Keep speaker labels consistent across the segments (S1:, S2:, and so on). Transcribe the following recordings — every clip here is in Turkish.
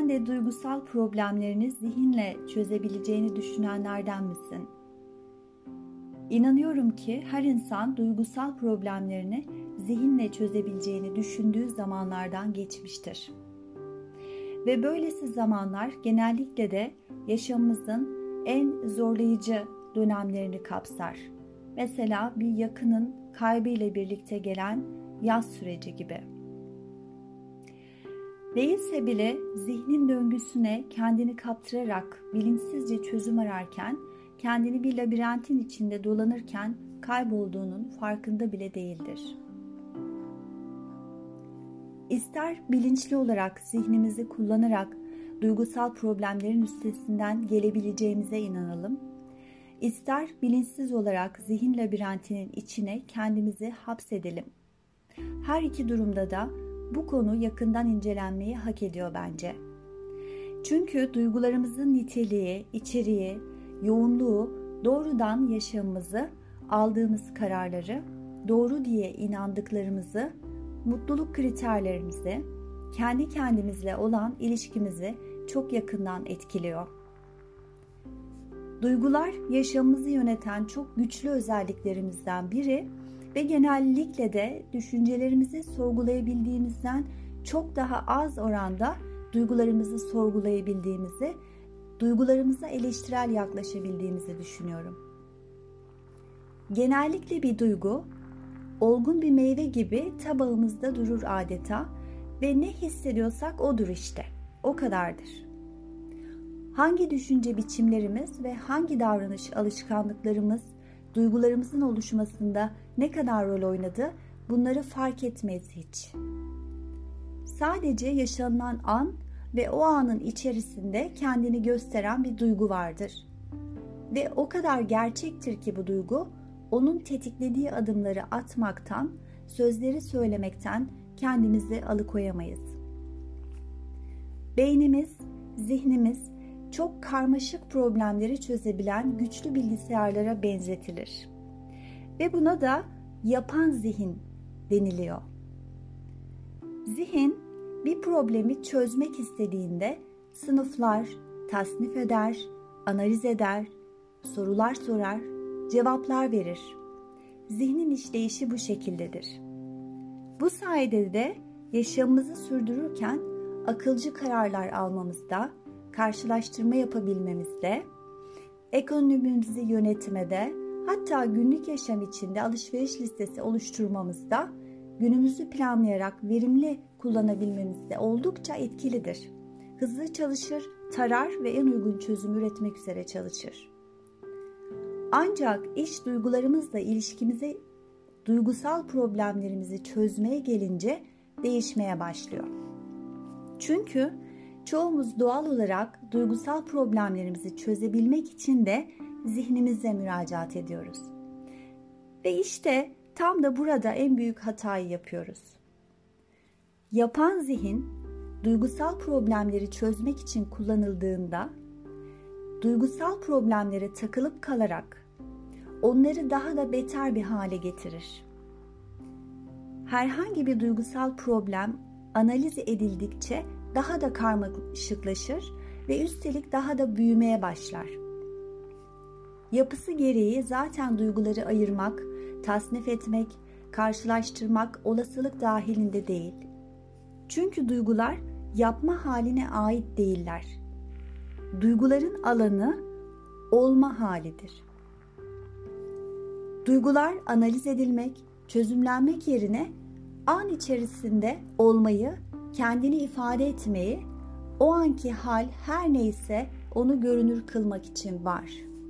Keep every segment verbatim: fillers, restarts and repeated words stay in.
S1: Sen de duygusal problemlerini zihinle çözebileceğini düşünenlerden misin? İnanıyorum ki her insan duygusal problemlerini zihinle çözebileceğini düşündüğü zamanlardan geçmiştir. Ve böylesi zamanlar genellikle de yaşamımızın en zorlayıcı dönemlerini kapsar. Mesela bir yakının kaybıyla birlikte gelen yaz süreci gibi. Değilse bile zihnin döngüsüne kendini kaptırarak bilinçsizce çözüm ararken, kendini bir labirentin içinde dolanırken kaybolduğunun farkında bile değildir. İster bilinçli olarak zihnimizi kullanarak duygusal problemlerin üstesinden gelebileceğimize inanalım, ister bilinçsiz olarak zihin labirentinin içine kendimizi hapsedelim. Her iki durumda da bu konu yakından incelenmeyi hak ediyor bence. Çünkü duygularımızın niteliği, içeriği, yoğunluğu doğrudan yaşamımızı, aldığımız kararları, doğru diye inandıklarımızı, mutluluk kriterlerimizi, kendi kendimizle olan ilişkimizi çok yakından etkiliyor. Duygular yaşamımızı yöneten çok güçlü özelliklerimizden biri ve genellikle de düşüncelerimizi sorgulayabildiğimizden çok daha az oranda duygularımızı sorgulayabildiğimizi, duygularımıza eleştirel yaklaşabildiğimizi düşünüyorum. Genellikle bir duygu, olgun bir meyve gibi tabağımızda durur adeta ve ne hissediyorsak odur işte, o kadardır. Hangi düşünce biçimlerimiz ve hangi davranış alışkanlıklarımız duygularımızın oluşmasında ne kadar rol oynadı, bunları fark etmeyiz hiç. Sadece yaşanılan an ve o anın içerisinde kendini gösteren bir duygu vardır. Ve o kadar gerçektir ki bu duygu, onun tetiklediği adımları atmaktan, sözleri söylemekten kendimizi alıkoyamayız. Beynimiz, zihnimiz çok karmaşık problemleri çözebilen güçlü bilgisayarlara benzetilir. Ve buna da yapan zihin deniliyor. Zihin bir problemi çözmek istediğinde sınıflar, tasnif eder, analiz eder, sorular sorar, cevaplar verir. Zihnin işleyişi bu şekildedir. Bu sayede de yaşamımızı sürdürürken akılcı kararlar almamızda, karşılaştırma yapabilmemizde, ekonomimizi yönetmede, hatta günlük yaşam içinde alışveriş listesi oluşturmamızda, günümüzü planlayarak verimli kullanabilmemizde oldukça etkilidir. Hızlı çalışır, tarar ve en uygun çözüm üretmek üzere çalışır. Ancak iş duygularımızla ilişkimize, duygusal problemlerimizi çözmeye gelince değişmeye başlıyor. Çünkü çoğumuz doğal olarak duygusal problemlerimizi çözebilmek için de zihnimize müracaat ediyoruz. Ve işte tam da burada en büyük hatayı yapıyoruz. Yapan zihin, duygusal problemleri çözmek için kullanıldığında, duygusal problemlere takılıp kalarak onları daha da beter bir hale getirir. Herhangi bir duygusal problem analiz edildikçe daha da karmaşıklaşır ve üstelik daha da büyümeye başlar. Yapısı gereği zaten duyguları ayırmak, tasnif etmek, karşılaştırmak olasılık dahilinde değil. Çünkü duygular yapma haline ait değiller. Duyguların alanı olma halidir. Duygular analiz edilmek, çözümlenmek yerine an içerisinde olmayı, kendini ifade etmeyi, o anki hal her neyse onu görünür kılmak için var.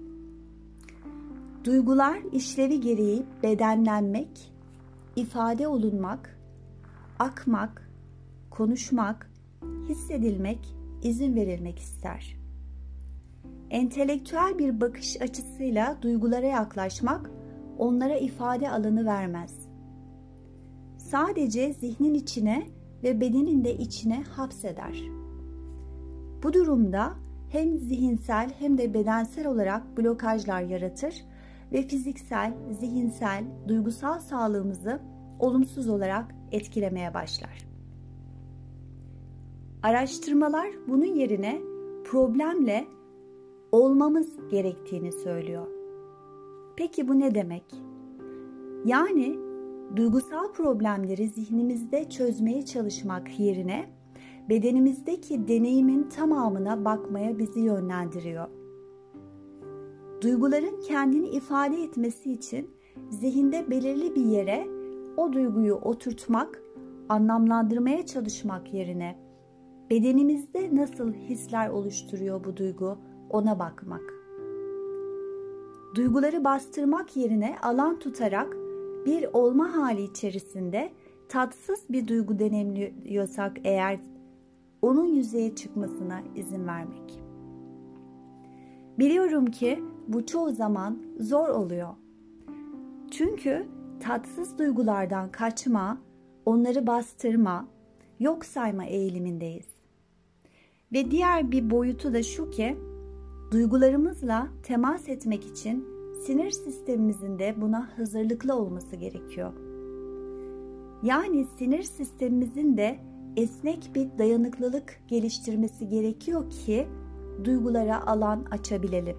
S1: Duygular işlevi gereği bedenlenmek, ifade olunmak, akmak, konuşmak, hissedilmek, izin verilmek ister. Entelektüel bir bakış açısıyla duygulara yaklaşmak onlara ifade alanı vermez. Sadece zihnin içine ve bedenin de içine hapseder. Bu durumda hem zihinsel hem de bedensel olarak blokajlar yaratır ve fiziksel, zihinsel, duygusal sağlığımızı olumsuz olarak etkilemeye başlar. Araştırmalar bunun yerine problemle olmamız gerektiğini söylüyor. Peki bu ne demek? Yani duygusal problemleri zihnimizde çözmeye çalışmak yerine bedenimizdeki deneyimin tamamına bakmaya bizi yönlendiriyor. Duyguların kendini ifade etmesi için zihinde belirli bir yere o duyguyu oturtmak, anlamlandırmaya çalışmak yerine bedenimizde nasıl hisler oluşturuyor bu duygu, ona bakmak. Duyguları bastırmak yerine alan tutarak bir olma hali içerisinde tatsız bir duygu deneyimliyorsak eğer onun yüzeye çıkmasına izin vermek. Biliyorum ki bu çoğu zaman zor oluyor. Çünkü tatsız duygulardan kaçma, onları bastırma, yok sayma eğilimindeyiz. Ve diğer bir boyutu da şu ki, duygularımızla temas etmek için sinir sistemimizin de buna hazırlıklı olması gerekiyor. Yani sinir sistemimizin de esnek bir dayanıklılık geliştirmesi gerekiyor ki duygulara alan açabilelim.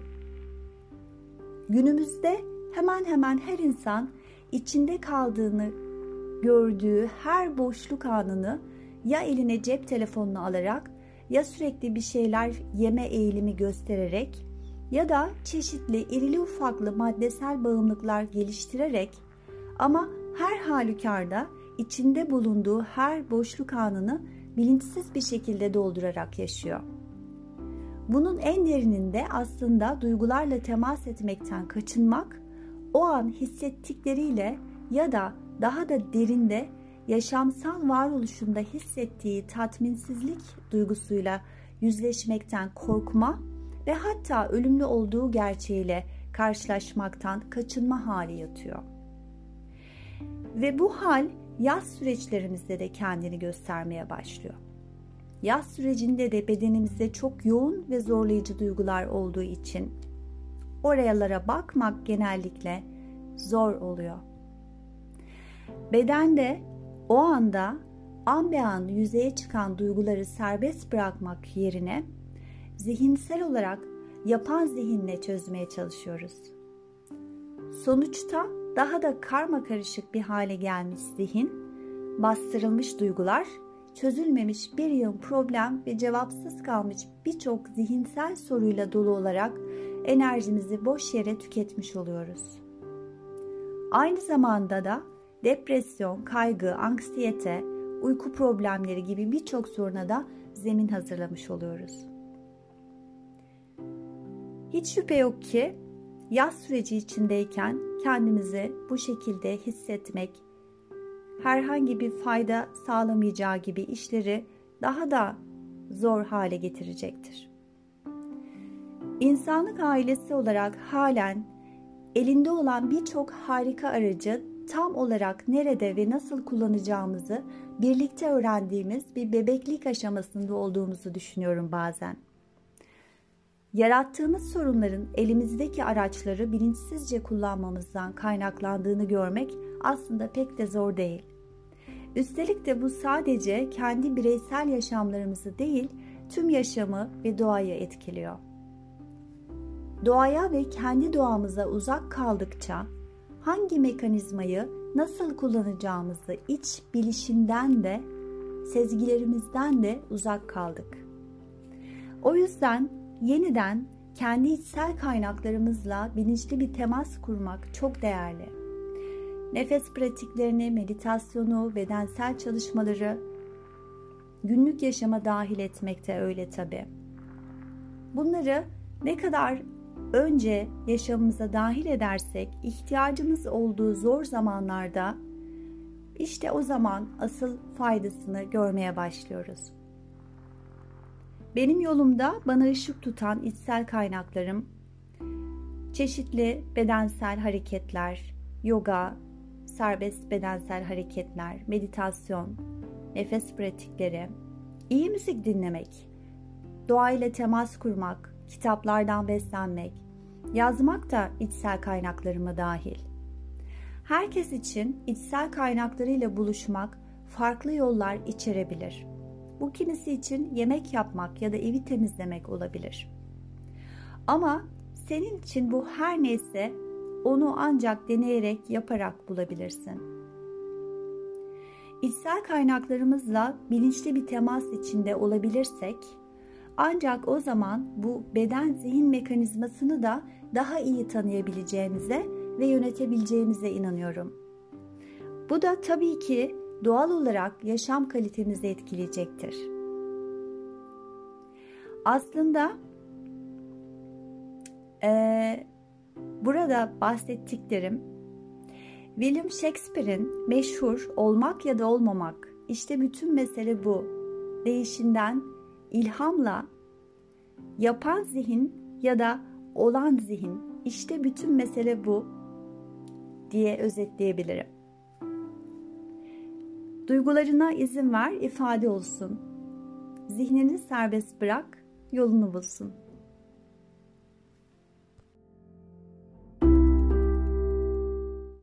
S1: Günümüzde hemen hemen her insan içinde kaldığını gördüğü her boşluk anını ya eline cep telefonunu alarak ya sürekli bir şeyler yeme eğilimi göstererek ya da çeşitli irili ufaklı maddesel bağımlılıklar geliştirerek ama her halükarda içinde bulunduğu her boşluk anını bilinçsiz bir şekilde doldurarak yaşıyor. Bunun en derininde aslında duygularla temas etmekten kaçınmak, o an hissettikleriyle ya da daha da derinde yaşamsal varoluşunda hissettiği tatminsizlik duygusuyla yüzleşmekten korkma ve hatta ölümlü olduğu gerçeğiyle karşılaşmaktan kaçınma hali yatıyor. Ve bu hal yaz süreçlerimizde de kendini göstermeye başlıyor. Yaz sürecinde de bedenimizde çok yoğun ve zorlayıcı duygular olduğu için oralara bakmak genellikle zor oluyor. Bedende o anda an be an yüzeye çıkan duyguları serbest bırakmak yerine zihinsel olarak yapan zihinle çözmeye çalışıyoruz. Sonuçta daha da karmakarışık bir hale gelmiş zihin, bastırılmış duygular, çözülmemiş bir yığın problem ve cevapsız kalmış birçok zihinsel soruyla dolu olarak enerjimizi boş yere tüketmiş oluyoruz. Aynı zamanda da depresyon, kaygı, anksiyete, uyku problemleri gibi birçok soruna da zemin hazırlamış oluyoruz. Hiç şüphe yok ki yaz süreci içindeyken kendimizi bu şekilde hissetmek herhangi bir fayda sağlamayacağı gibi işleri daha da zor hale getirecektir. İnsanlık ailesi olarak halen elinde olan birçok harika aracı tam olarak nerede ve nasıl kullanacağımızı birlikte öğrendiğimiz bir bebeklik aşamasında olduğumuzu düşünüyorum bazen. Yarattığımız sorunların elimizdeki araçları bilinçsizce kullanmamızdan kaynaklandığını görmek aslında pek de zor değil. Üstelik de bu sadece kendi bireysel yaşamlarımızı değil, tüm yaşamı ve doğayı etkiliyor. Doğaya ve kendi doğamıza uzak kaldıkça hangi mekanizmayı nasıl kullanacağımızı iç bilişinden de, sezgilerimizden de uzak kaldık. O yüzden yeniden kendi içsel kaynaklarımızla bilinçli bir temas kurmak çok değerli. Nefes pratiklerini, meditasyonu, bedensel çalışmaları günlük yaşama dahil etmek de öyle tabii. Bunları ne kadar önce yaşamımıza dahil edersek, ihtiyacımız olduğu zor zamanlarda işte o zaman asıl faydasını görmeye başlıyoruz. Benim yolumda bana ışık tutan içsel kaynaklarım, çeşitli bedensel hareketler, yoga, serbest bedensel hareketler, meditasyon, nefes pratikleri, iyi müzik dinlemek, doğayla temas kurmak, kitaplardan beslenmek, yazmak da içsel kaynaklarıma dahil. Herkes için içsel kaynaklarıyla buluşmak farklı yollar içerebilir. Bu kimisi için yemek yapmak ya da evi temizlemek olabilir. Ama senin için bu her neyse onu ancak deneyerek, yaparak bulabilirsin. İçsel kaynaklarımızla bilinçli bir temas içinde olabilirsek, ancak o zaman bu beden-zihin mekanizmasını da daha iyi tanıyabileceğimize ve yönetebileceğimize inanıyorum. Bu da tabii ki doğal olarak yaşam kalitemizi etkileyecektir. Aslında ee, burada bahsettiklerim William Shakespeare'in meşhur "Olmak ya da olmamak, işte bütün mesele bu" deyişinden ilhamla yapan zihin ya da olan zihin, işte bütün mesele bu diye özetleyebilirim. Duygularına izin ver, ifade olsun. Zihnini serbest bırak, yolunu bulsun.